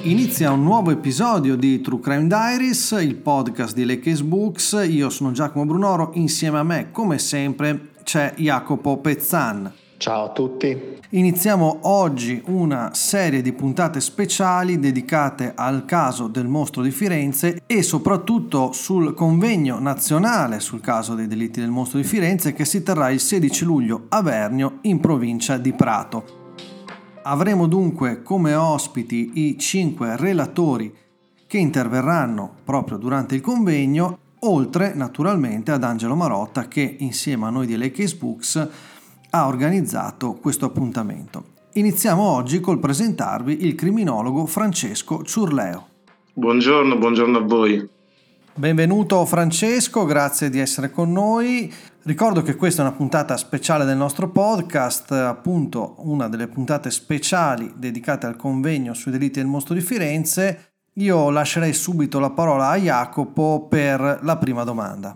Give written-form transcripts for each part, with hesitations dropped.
Inizia un nuovo episodio di True Crime Diaries, il podcast di Le Case Books. Io sono Giacomo Brunoro, insieme a me, come sempre, c'è Jacopo Pezzan. Ciao a tutti. Iniziamo oggi una serie di puntate speciali dedicate al caso del mostro di Firenze e soprattutto sul convegno nazionale sul caso dei delitti del mostro di Firenze che si terrà il 16 luglio a Vernio in provincia di Prato. Avremo dunque come ospiti i 5 relatori che interverranno proprio durante il convegno, oltre naturalmente ad Angelo Marotta che insieme a noi di Le Case Books ha organizzato questo appuntamento. Iniziamo oggi col presentarvi il criminologo Francesco Ciurleo. Buongiorno a voi. Benvenuto Francesco, grazie di essere con noi. Ricordo che questa è una puntata speciale del nostro podcast, appunto una delle puntate speciali dedicate al convegno sui delitti del mostro di Firenze. Io lascerei subito la parola a Jacopo per la prima domanda.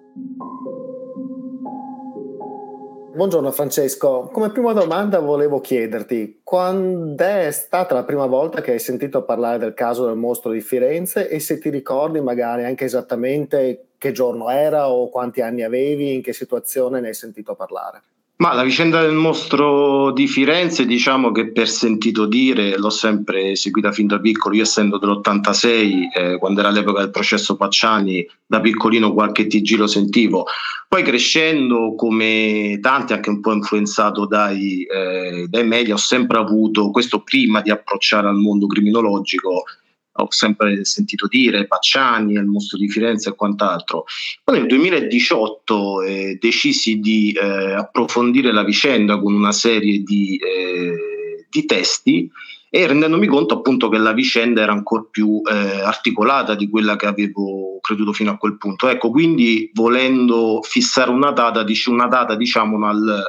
Buongiorno Francesco, come prima domanda volevo chiederti quando è stata la prima volta che hai sentito parlare del caso del mostro di Firenze e se ti ricordi magari anche esattamente che giorno era o quanti anni avevi, in che situazione ne hai sentito parlare. Ma la vicenda del mostro di Firenze, diciamo che per sentito dire l'ho sempre seguita fin da piccolo. Io essendo dell'86, quando era l'epoca del processo Pacciani, da piccolino qualche TG lo sentivo. Poi crescendo, come tanti, anche un po' influenzato dai media, ho sempre avuto questo, prima di approcciare al mondo criminologico, ho sempre sentito dire Pacciani, il mostro di Firenze e quant'altro. Poi nel 2018 decisi di approfondire la vicenda con una serie di testi e rendendomi conto appunto che la vicenda era ancora più articolata di quella che avevo creduto fino a quel punto. Ecco, quindi volendo fissare una data diciamo dal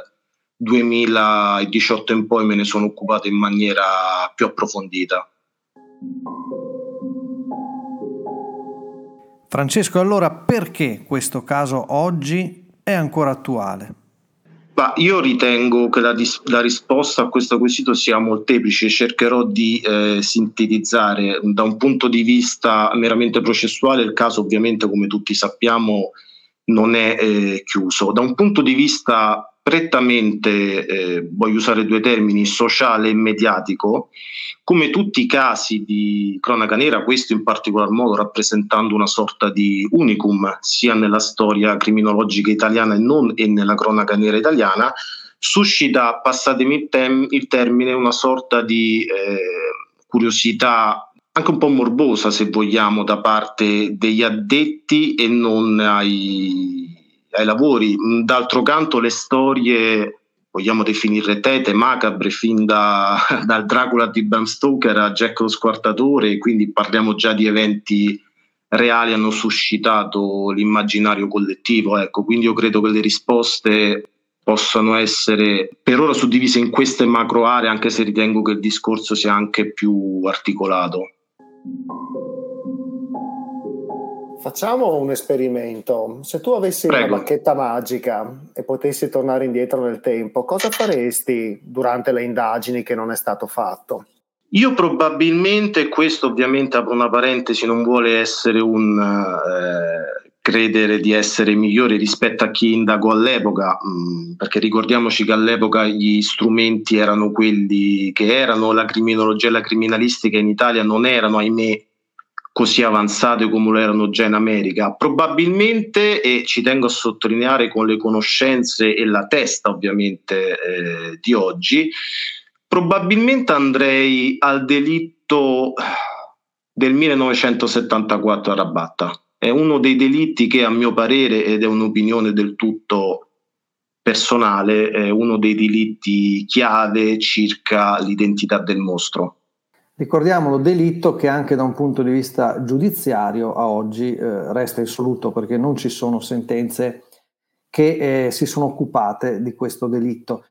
2018 in poi me ne sono occupato in maniera più approfondita. Francesco, allora perché questo caso oggi è ancora attuale? Ma io ritengo che la risposta a questo quesito sia molteplice. Cercherò di sintetizzare. Da un punto di vista meramente processuale, il caso ovviamente, come tutti sappiamo, non è chiuso. Da un punto di vista prettamente, voglio usare due termini, sociale e mediatico, come tutti i casi di cronaca nera, questo in particolar modo rappresentando una sorta di unicum sia nella storia criminologica italiana e nella cronaca nera italiana, suscita, passatemi il termine, una sorta di curiosità anche un po' morbosa, se vogliamo, da parte degli addetti e non ai lavori. D'altro canto le storie, vogliamo definirle tete, macabre, fin dal Dracula di Bram Stoker a Jack lo Squartatore, quindi parliamo già di eventi reali, hanno suscitato l'immaginario collettivo. Ecco, quindi io credo che le risposte possano essere per ora suddivise in queste macro aree, anche se ritengo che il discorso sia anche più articolato. Facciamo un esperimento. Se tu avessi una bacchetta magica e potessi tornare indietro nel tempo, cosa faresti durante le indagini che non è stato fatto? Io probabilmente, questo ovviamente apro una parentesi, non vuole essere credere di essere migliore rispetto a chi indagò all'epoca, perché ricordiamoci che all'epoca gli strumenti erano quelli che erano, la criminologia e la criminalistica in Italia non erano, ahimè, così avanzate come lo erano già in America. Probabilmente, e ci tengo a sottolineare con le conoscenze e la testa ovviamente di oggi, probabilmente andrei al delitto del 1974 a Rabatta. È uno dei delitti che, a mio parere, ed è un'opinione del tutto personale, è uno dei delitti chiave circa l'identità del mostro. Ricordiamolo, delitto che anche da un punto di vista giudiziario a oggi resta insoluto, perché non ci sono sentenze che si sono occupate di questo delitto.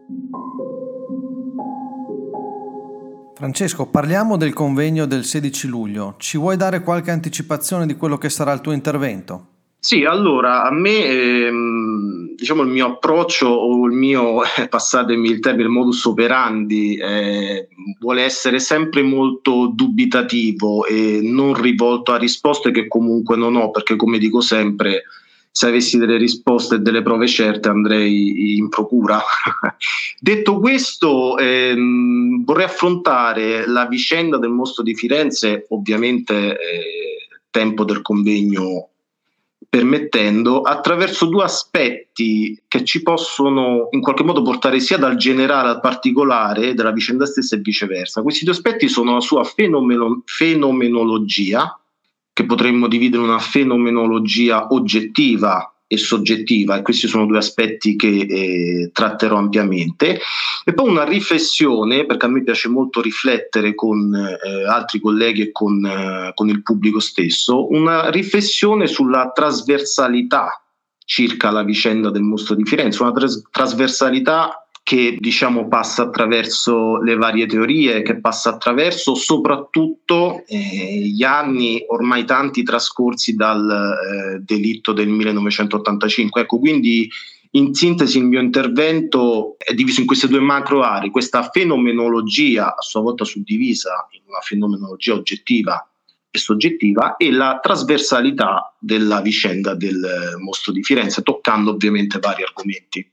Francesco, parliamo del convegno del 16 luglio. Ci vuoi dare qualche anticipazione di quello che sarà il tuo intervento? Sì, allora a me diciamo il mio approccio o il mio, passatemi il termine, modus operandi vuole essere sempre molto dubitativo e non rivolto a risposte che comunque non ho, perché come dico sempre, se avessi delle risposte e delle prove certe andrei in procura. Detto questo, vorrei affrontare la vicenda del mostro di Firenze, ovviamente tempo del convegno permettendo, attraverso due aspetti che ci possono in qualche modo portare sia dal generale al particolare della vicenda stessa e viceversa. Questi due aspetti sono la sua fenomenologia, che potremmo dividere in una fenomenologia oggettiva e soggettiva, e questi sono due aspetti che tratterò ampiamente, e poi una riflessione, perché a me piace molto riflettere con altri colleghi e con il pubblico stesso, una riflessione sulla trasversalità circa la vicenda del mostro di Firenze, una trasversalità che diciamo passa attraverso le varie teorie, che passa attraverso soprattutto gli anni ormai tanti trascorsi dal delitto del 1985. Ecco, quindi in sintesi il mio intervento è diviso in queste due macro aree: questa fenomenologia a sua volta suddivisa in una fenomenologia oggettiva e soggettiva, e la trasversalità della vicenda del mostro di Firenze, toccando ovviamente vari argomenti.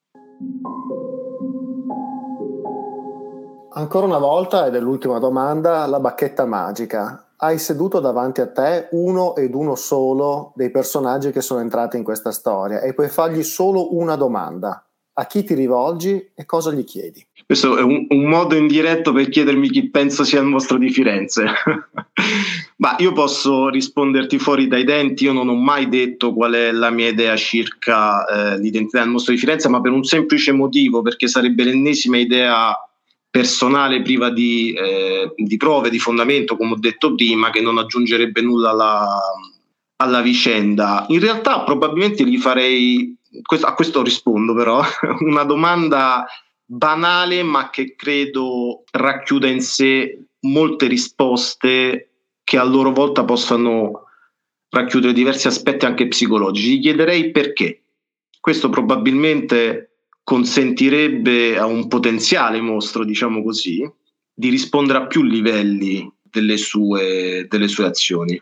Ancora una volta, ed è l'ultima domanda, la bacchetta magica. Hai seduto davanti a te uno ed uno solo dei personaggi che sono entrati in questa storia e puoi fargli solo una domanda. A chi ti rivolgi e cosa gli chiedi? Questo è un modo indiretto per chiedermi chi penso sia il mostro di Firenze. Ma io posso risponderti fuori dai denti. Io non ho mai detto qual è la mia idea circa l'identità del mostro di Firenze, ma per un semplice motivo, perché sarebbe l'ennesima idea personale priva di prove, di fondamento, come ho detto prima, che non aggiungerebbe nulla alla vicenda. In realtà probabilmente gli farei, a questo rispondo però, una domanda banale ma che credo racchiuda in sé molte risposte che a loro volta possano racchiudere diversi aspetti anche psicologici. Gli chiederei perché. Questo probabilmente consentirebbe a un potenziale mostro, diciamo così, di rispondere a più livelli delle sue azioni.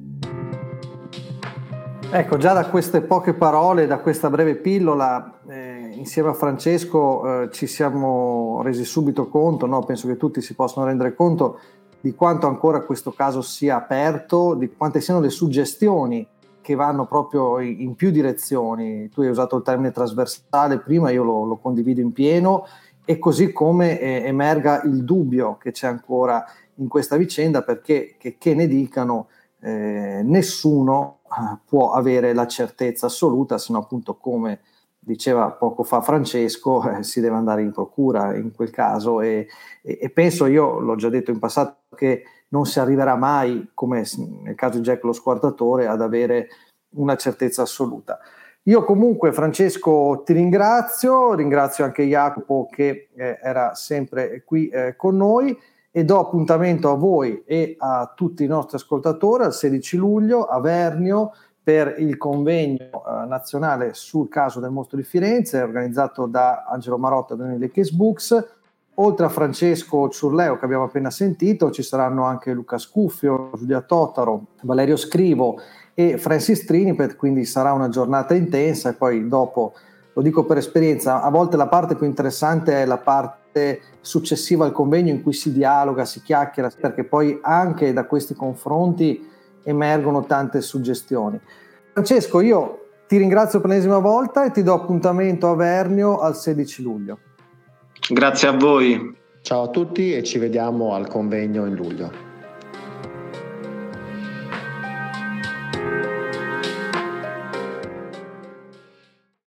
Ecco, già da queste poche parole, da questa breve pillola, insieme a Francesco ci siamo resi subito conto, no? Penso che tutti si possano rendere conto di quanto ancora questo caso sia aperto, di quante siano le suggestioni che vanno proprio in più direzioni. Tu hai usato il termine trasversale prima, io lo condivido in pieno, e così come emerga il dubbio che c'è ancora in questa vicenda, perché che ne dicano nessuno può avere la certezza assoluta, se no appunto, come diceva poco fa Francesco, si deve andare in procura in quel caso, e penso, io l'ho già detto in passato, che non si arriverà mai, come nel caso di Jack lo Squartatore, ad avere una certezza assoluta. Io comunque, Francesco, ti ringrazio anche Jacopo che era sempre qui con noi, e do appuntamento a voi e a tutti i nostri ascoltatori al 16 luglio a Vernio per il convegno nazionale sul caso del mostro di Firenze, organizzato da Angelo Marotta e Case Books. Oltre a Francesco Ciurleo che abbiamo appena sentito, ci saranno anche Luca Scuffio, Giulia Totaro, Valerio Scrivo e Francis Trinipet, quindi sarà una giornata intensa. E poi dopo, lo dico per esperienza, a volte la parte più interessante è la parte successiva al convegno, in cui si dialoga, si chiacchiera, perché poi anche da questi confronti emergono tante suggestioni. Francesco, io ti ringrazio per l'ennesima volta e ti do appuntamento a Vernio al 16 luglio. Grazie a voi. Ciao a tutti e ci vediamo al convegno in luglio.